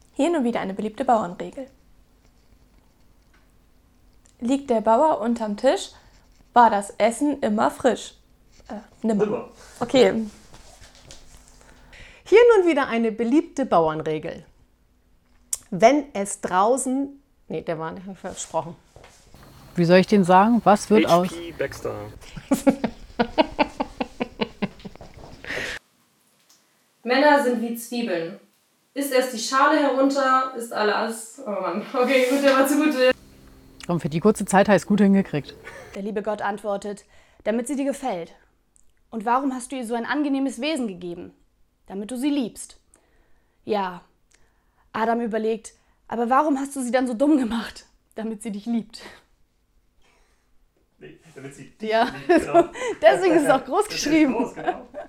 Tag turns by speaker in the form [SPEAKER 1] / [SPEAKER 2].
[SPEAKER 1] Hier nun wieder eine beliebte Bauernregel. Liegt der Bauer unterm Tisch, war das Essen immer frisch. Nimmer. Okay.
[SPEAKER 2] Hier nun wieder eine beliebte Bauernregel. Wenn es draußen... Nee, der war nicht versprochen.
[SPEAKER 3] Wie soll ich den sagen? Was wird aus?
[SPEAKER 4] HP Baxter.
[SPEAKER 5] Männer sind wie Zwiebeln. Ist erst die Schale herunter, ist alles... Oh Mann, okay, gut, der war zu gut.
[SPEAKER 3] Und für die kurze Zeit hast du es gut hingekriegt.
[SPEAKER 6] Der liebe Gott antwortet, damit sie dir gefällt. Und warum hast du ihr so ein angenehmes Wesen gegeben? Damit du sie liebst. Ja, Adam überlegt, aber warum hast du sie dann so dumm gemacht? Damit sie dich liebt.
[SPEAKER 4] Nee, damit sie dich
[SPEAKER 6] Ja,
[SPEAKER 4] liebt, genau.
[SPEAKER 6] deswegen ist es auch groß geschrieben.
[SPEAKER 4] Groß, genau.